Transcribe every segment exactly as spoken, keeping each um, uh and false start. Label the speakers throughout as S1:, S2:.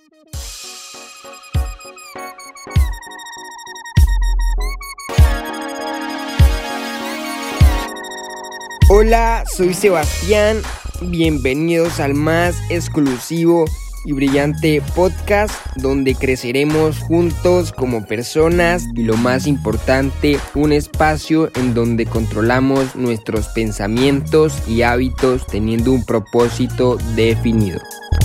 S1: Hola, soy Sebastián, bienvenidos al más exclusivo y brillante podcast donde creceremos juntos como personas y, lo más importante, un espacio en donde controlamos nuestros pensamientos y hábitos teniendo un propósito definido.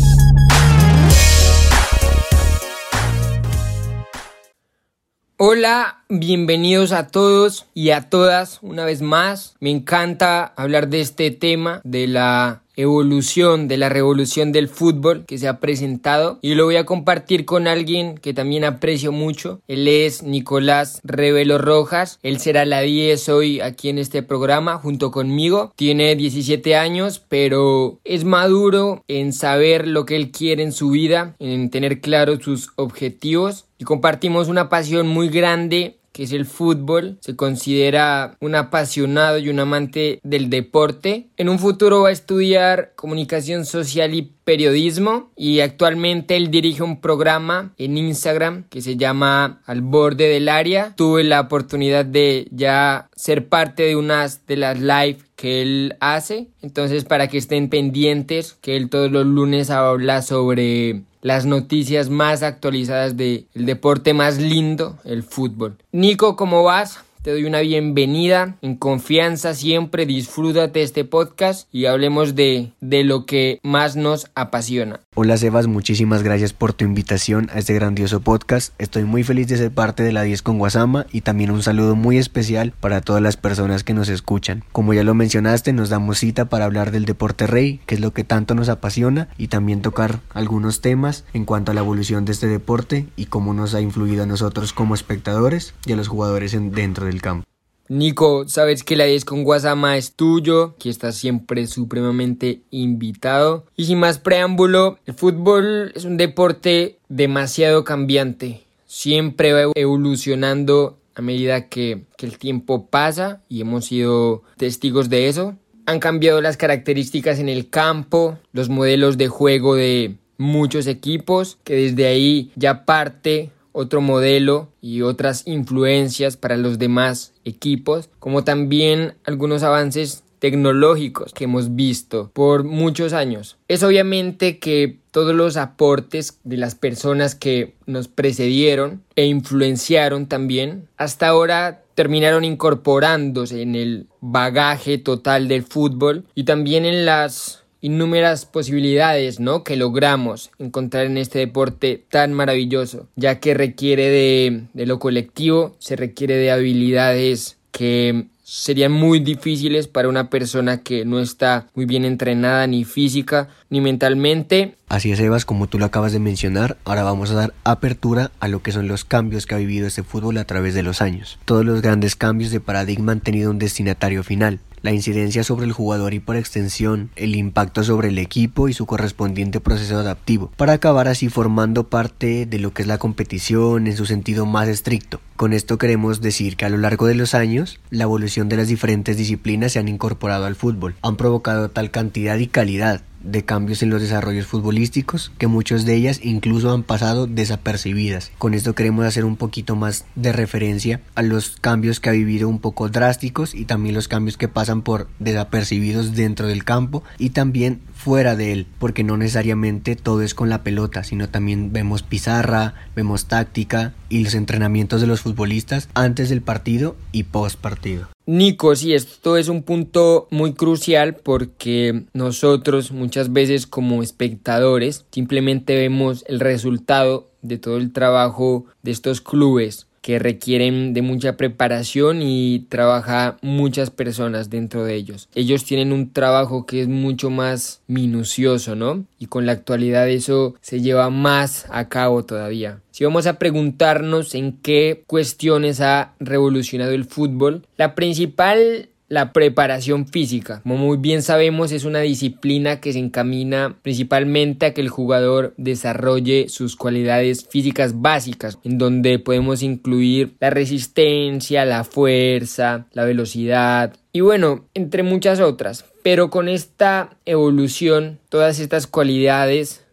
S1: Hola, bienvenidos a todos y a todas una vez más. Me encanta hablar de este tema, de la evolución, de la revolución del fútbol que se ha presentado, y lo voy a compartir con alguien que también aprecio mucho. Él es Nicolás Revelo Rojas. Él será la diez hoy aquí en este programa junto conmigo. Tiene diecisiete años, pero es maduro en saber lo que él quiere en su vida, en tener claros sus objetivos, y compartimos una pasión muy grande que es el fútbol. Se considera un apasionado y un amante del deporte. En un futuro va a estudiar comunicación social y periodismo, y actualmente él dirige un programa en Instagram que se llama Al Borde del Área. Tuve la oportunidad de ya ser parte de unas de las live que él hace, entonces para que estén pendientes, que él todos los lunes habla sobre las noticias más actualizadas del deporte más lindo, el fútbol. Nico, ¿cómo vas? Te doy una bienvenida, en confianza siempre, disfrútate este podcast y hablemos de, de lo que más nos apasiona.
S2: Hola Sebas, muchísimas gracias por tu invitación a este grandioso podcast. Estoy muy feliz de ser parte de la diez con Guasama, y también un saludo muy especial para todas las personas que nos escuchan. Como ya lo mencionaste, nos damos cita para hablar del deporte rey, que es lo que tanto nos apasiona, y también tocar algunos temas en cuanto a la evolución de este deporte y cómo nos ha influido a nosotros como espectadores y a los jugadores en, dentro del campo.
S1: Nico, sabes que la diez con Guasama es tuyo, que estás siempre supremamente invitado. Y sin más preámbulo, el fútbol es un deporte demasiado cambiante. Siempre va evolucionando a medida que, que el tiempo pasa, y hemos sido testigos de eso. Han cambiado las características en el campo, los modelos de juego de muchos equipos, que desde ahí ya parte otro modelo y otras influencias para los demás equipos, como también algunos avances tecnológicos que hemos visto por muchos años. Es obviamente que todos los aportes de las personas que nos precedieron e influenciaron también, hasta ahora terminaron incorporándose en el bagaje total del fútbol y también en las innúmeras posibilidades, ¿no?, que logramos encontrar en este deporte tan maravilloso, ya que requiere de, de lo colectivo, se requiere de habilidades que serían muy difíciles para una persona que no está muy bien entrenada ni física ni mentalmente.
S2: Así es, Evas, como tú lo acabas de mencionar, ahora vamos a dar apertura a lo que son los cambios que ha vivido este fútbol a través de los años. Todos los grandes cambios de paradigma han tenido un destinatario final. La incidencia sobre el jugador y, por extensión, el impacto sobre el equipo y su correspondiente proceso adaptivo, para acabar así formando parte de lo que es la competición en su sentido más estricto. Con esto queremos decir que a lo largo de los años, la evolución de las diferentes disciplinas se han incorporado al fútbol, han provocado tal cantidad y calidad de cambios en los desarrollos futbolísticos que muchas de ellas incluso han pasado desapercibidas. Con esto queremos hacer un poquito más de referencia a los cambios que ha vivido un poco drásticos, y también los cambios que pasan por desapercibidos dentro del campo y también fuera de él, porque no necesariamente todo es con la pelota, sino también vemos pizarra, vemos táctica y los entrenamientos de los futbolistas antes del partido y post partido.
S1: Nico, sí, esto es un punto muy crucial, porque nosotros muchas veces como espectadores simplemente vemos el resultado de todo el trabajo de estos clubes que requieren de mucha preparación y trabaja muchas personas dentro de ellos. Ellos tienen un trabajo que es mucho más minucioso, ¿no? Y con la actualidad eso se lleva más a cabo todavía. Si vamos a preguntarnos en qué cuestiones ha revolucionado el fútbol, la principal La preparación física, como muy bien sabemos, es una disciplina que se encamina principalmente a que el jugador desarrolle sus cualidades físicas básicas, en donde podemos incluir la resistencia, la fuerza, la velocidad y bueno, entre muchas otras. Pero con esta evolución, todas estas cualidades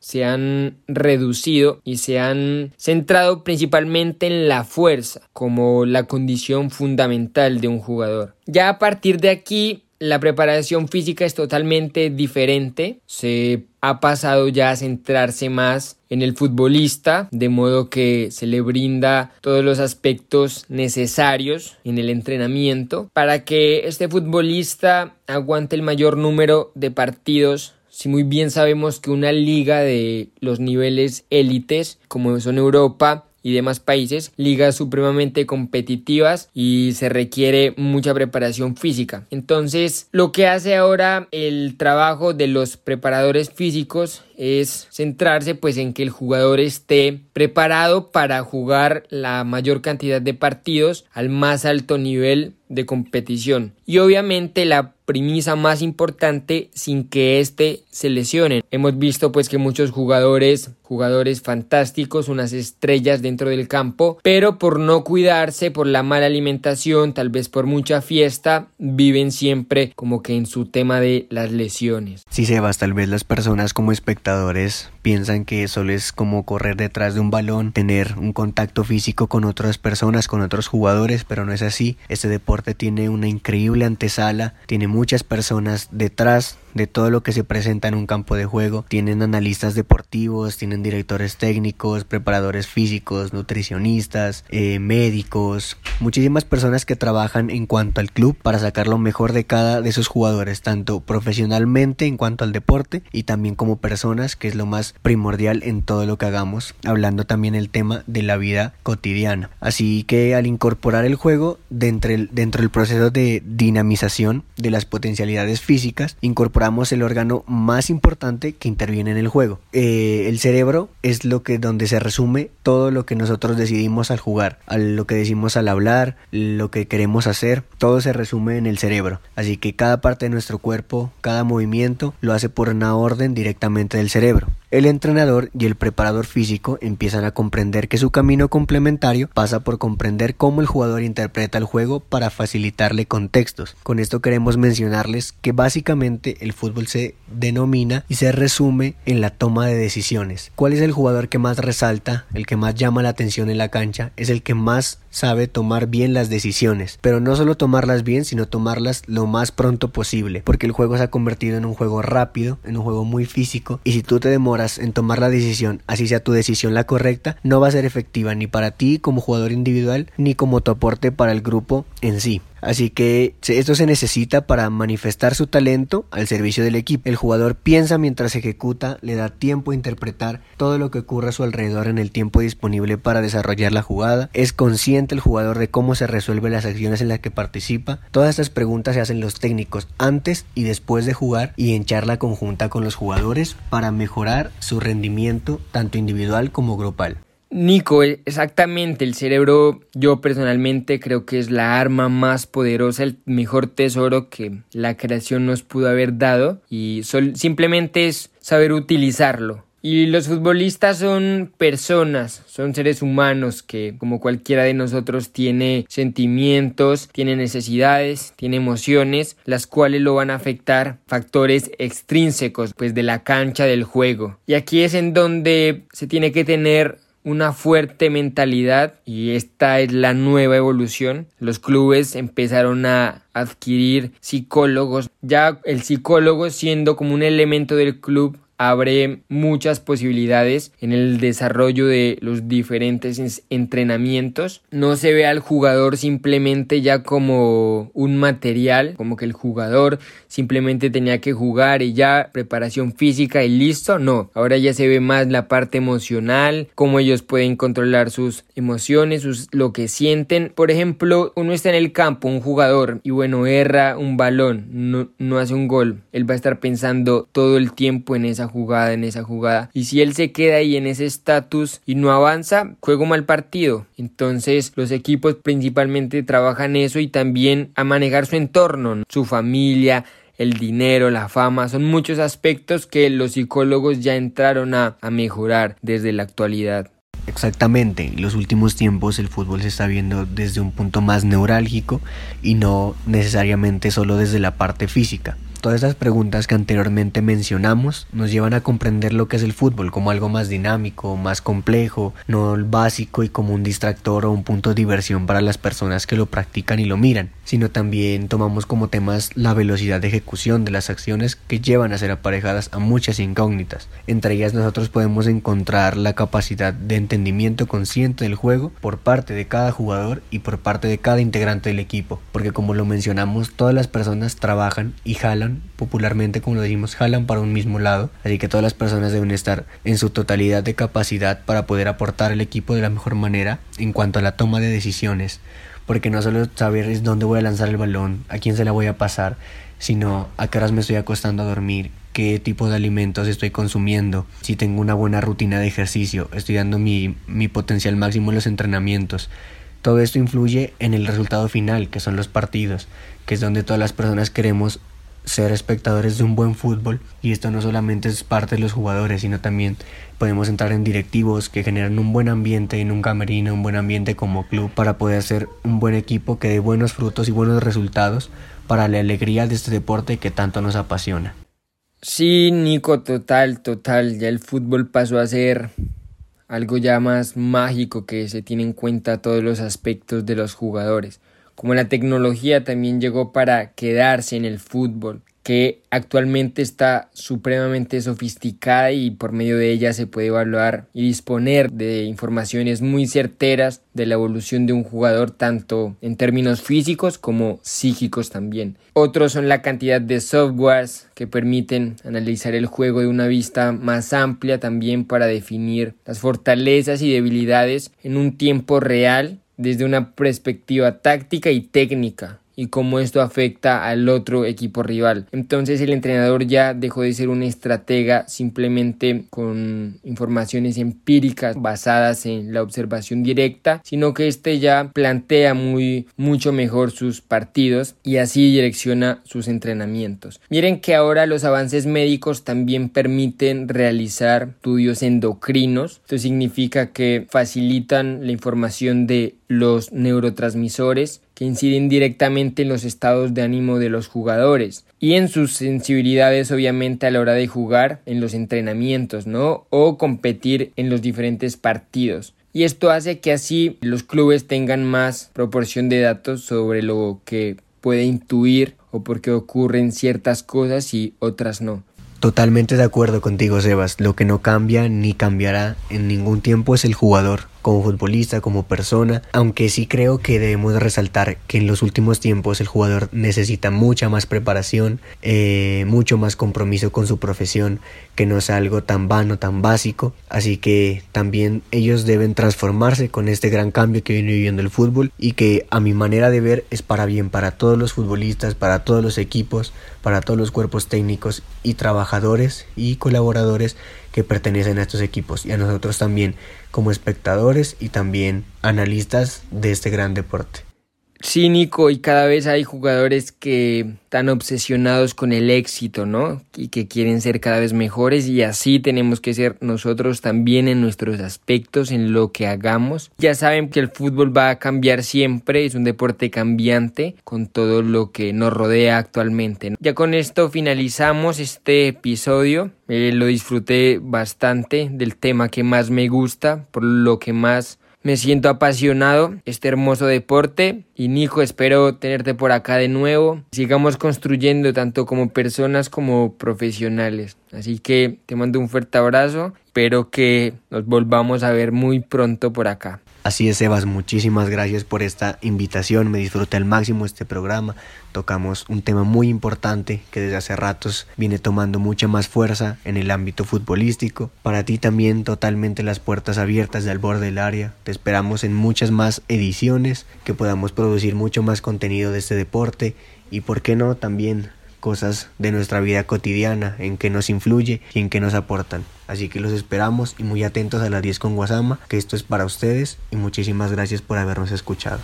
S1: se han reducido y se han centrado principalmente en la fuerza como la condición fundamental de un jugador. Ya a partir de aquí, la preparación física es totalmente diferente. Se ha pasado ya a centrarse más en el futbolista, de modo que se le brinda todos los aspectos necesarios en el entrenamiento para que este futbolista aguante el mayor número de partidos. Si muy bien sabemos que una liga de los niveles élites, como son Europa y demás países, ligas supremamente competitivas y se requiere mucha preparación física. Entonces, lo que hace ahora el trabajo de los preparadores físicos es centrarse pues en que el jugador esté preparado para jugar la mayor cantidad de partidos al más alto nivel de competición y obviamente la premisa más importante, sin que éste se lesione. Hemos visto pues que muchos jugadores jugadores fantásticos, unas estrellas dentro del campo, pero por no cuidarse, por la mala alimentación, tal vez por mucha fiesta, viven siempre como que en su tema de las lesiones.
S2: Sí, Sebas, tal vez las personas como espectadores piensan que solo es como correr detrás de un balón, tener un contacto físico con otras personas, con otros jugadores, pero no es así. Este deporte tiene una increíble antesala, tiene muchas personas detrás de todo lo que se presenta en un campo de juego. Tienen analistas deportivos, tienen directores técnicos, preparadores físicos, nutricionistas, eh, médicos, muchísimas personas que trabajan en cuanto al club para sacar lo mejor de cada de sus jugadores, tanto profesionalmente en cuanto al deporte y también como personas, que es lo más primordial en todo lo que hagamos, hablando también el tema de la vida cotidiana. Así que al incorporar el juego dentro del, dentro del proceso de dinamización de las potencialidades físicas, incorporamos el órgano más importante que interviene en el juego. Eh, el cerebro es lo que donde se resume todo lo que nosotros decidimos al jugar, a lo que decimos al hablar, lo que queremos hacer, todo se resume en el cerebro. Así que cada parte de nuestro cuerpo, cada movimiento lo hace por una orden directamente del cerebro. El entrenador y el preparador físico empiezan a comprender que su camino complementario pasa por comprender cómo el jugador interpreta el juego para facilitarle contextos. Con esto queremos mencionarles que básicamente el fútbol se denomina y se resume en la toma de decisiones. ¿Cuál es el jugador que más resalta, el que más llama la atención en la cancha? Es el que más sabe tomar bien las decisiones, pero no solo tomarlas bien, sino tomarlas lo más pronto posible, porque el juego se ha convertido en un juego rápido, en un juego muy físico, y si tú te demoras en tomar la decisión, así sea tu decisión la correcta, no va a ser efectiva ni para ti como jugador individual, ni como tu aporte para el grupo en sí. Así que esto se necesita para manifestar su talento al servicio del equipo. El jugador piensa mientras ejecuta, le da tiempo a interpretar todo lo que ocurre a su alrededor en el tiempo disponible para desarrollar la jugada. Es consciente el jugador de cómo se resuelven las acciones en las que participa. Todas estas preguntas se hacen los técnicos antes y después de jugar y en charla conjunta con los jugadores para mejorar su rendimiento tanto individual como grupal.
S1: Nico, exactamente, el cerebro yo personalmente creo que es la arma más poderosa, el mejor tesoro que la creación nos pudo haber dado y sol- simplemente es saber utilizarlo. Y los futbolistas son personas, son seres humanos que como cualquiera de nosotros tiene sentimientos, tiene necesidades, tiene emociones, las cuales lo van a afectar factores extrínsecos pues de la cancha del juego. Y aquí es en donde se tiene que tener una fuerte mentalidad y esta es la nueva evolución. Los clubes empezaron a adquirir psicólogos, ya el psicólogo siendo como un elemento del club abre muchas posibilidades en el desarrollo de los diferentes entrenamientos. No se ve al jugador simplemente ya como un material, como que el jugador simplemente tenía que jugar y ya preparación física y listo. No, ahora ya se ve más la parte emocional, cómo ellos pueden controlar sus emociones, sus, lo que sienten. Por ejemplo, uno está en el campo, un jugador, y bueno, erra un balón, no, no hace un gol. Él va a estar pensando todo el tiempo en esa jugada, en esa jugada. Y si él se queda ahí en ese estatus y no avanza, juega un mal partido. Entonces los equipos principalmente trabajan eso y también a manejar su entorno, su familia, el dinero, la fama. Son muchos aspectos que los psicólogos ya entraron a, a mejorar desde la actualidad.
S2: Exactamente, en los últimos tiempos el fútbol se está viendo desde un punto más neurálgico y no necesariamente solo desde la parte física. Todas esas preguntas que anteriormente mencionamos nos llevan a comprender lo que es el fútbol como algo más dinámico, más complejo, no básico y como un distractor o un punto de diversión para las personas que lo practican y lo miran, sino también tomamos como temas la velocidad de ejecución de las acciones que llevan a ser aparejadas a muchas incógnitas. Entre ellas nosotros podemos encontrar la capacidad de entendimiento consciente del juego por parte de cada jugador y por parte de cada integrante del equipo, porque como lo mencionamos, todas las personas trabajan y jalan, popularmente como lo decimos, jalan para un mismo lado, así que todas las personas deben estar en su totalidad de capacidad para poder aportar al equipo de la mejor manera en cuanto a la toma de decisiones, porque no solo saber es dónde voy a lanzar el balón, a quién se la voy a pasar, sino a qué horas me estoy acostando a dormir, qué tipo de alimentos estoy consumiendo, si tengo una buena rutina de ejercicio, estoy dando mi, mi potencial máximo en los entrenamientos. Todo esto influye en el resultado final, que son los partidos, que es donde todas las personas queremos ser espectadores de un buen fútbol, y esto no solamente es parte de los jugadores, sino también podemos entrar en directivos que generan un buen ambiente en un camerino, un buen ambiente como club para poder hacer un buen equipo que dé buenos frutos y buenos resultados para la alegría de este deporte que tanto nos apasiona.
S1: Sí, Nico, total, total, ya el fútbol pasó a ser algo ya más mágico, que se tiene en cuenta todos los aspectos de los jugadores. Como la tecnología también llegó para quedarse en el fútbol, que actualmente está supremamente sofisticada y por medio de ella se puede evaluar y disponer de informaciones muy certeras de la evolución de un jugador, tanto en términos físicos como psíquicos también. Otros son la cantidad de softwares que permiten analizar el juego de una vista más amplia también para definir las fortalezas y debilidades en un tiempo real desde una perspectiva táctica y técnica, y cómo esto afecta al otro equipo rival. Entonces el entrenador ya dejó de ser un estratega simplemente con informaciones empíricas basadas en la observación directa, sino que este ya plantea muy mucho mejor sus partidos y así direcciona sus entrenamientos. Miren que ahora los avances médicos también permiten realizar estudios endocrinos. Esto significa que facilitan la información de los neurotransmisores que inciden directamente en los estados de ánimo de los jugadores y en sus sensibilidades, obviamente, a la hora de jugar en los entrenamientos, ¿no? O competir en los diferentes partidos. Y esto hace que así los clubes tengan más proporción de datos sobre lo que puede intuir o por qué ocurren ciertas cosas y otras no.
S2: Totalmente de acuerdo contigo, Sebas. Lo que no cambia ni cambiará en ningún tiempo es el jugador, como futbolista, como persona, aunque sí creo que debemos resaltar que en los últimos tiempos el jugador necesita mucha más preparación, eh, mucho más compromiso con su profesión, que no es algo tan vano, tan básico, así que también ellos deben transformarse con este gran cambio que viene viviendo el fútbol y que a mi manera de ver es para bien para todos los futbolistas, para todos los equipos, para todos los cuerpos técnicos y trabajadores y colaboradores que pertenecen a estos equipos, y a nosotros también como espectadores y también analistas de este gran deporte.
S1: Sí, Nico, y cada vez hay jugadores que están obsesionados con el éxito, ¿no? Y que quieren ser cada vez mejores, y así tenemos que ser nosotros también en nuestros aspectos, en lo que hagamos. Ya saben que el fútbol va a cambiar siempre, es un deporte cambiante con todo lo que nos rodea actualmente, ¿no? Ya con esto finalizamos este episodio. Eh, lo disfruté bastante del tema que más me gusta, por lo que más me siento apasionado, este hermoso deporte. Y Nico, espero tenerte por acá de nuevo. Sigamos construyendo tanto como personas como profesionales. Así que te mando un fuerte abrazo. Espero que nos volvamos a ver muy pronto por acá.
S2: Así es, Sebas, muchísimas gracias por esta invitación, me disfruté al máximo este programa, tocamos un tema muy importante que desde hace ratos viene tomando mucha más fuerza en el ámbito futbolístico. Para ti también totalmente las puertas abiertas del borde del área, te esperamos en muchas más ediciones, que podamos producir mucho más contenido de este deporte y por qué no también cosas de nuestra vida cotidiana, en qué nos influye y en qué nos aportan. Así que los esperamos y muy atentos a las diez con Guasama, que esto es para ustedes y muchísimas gracias por habernos escuchado.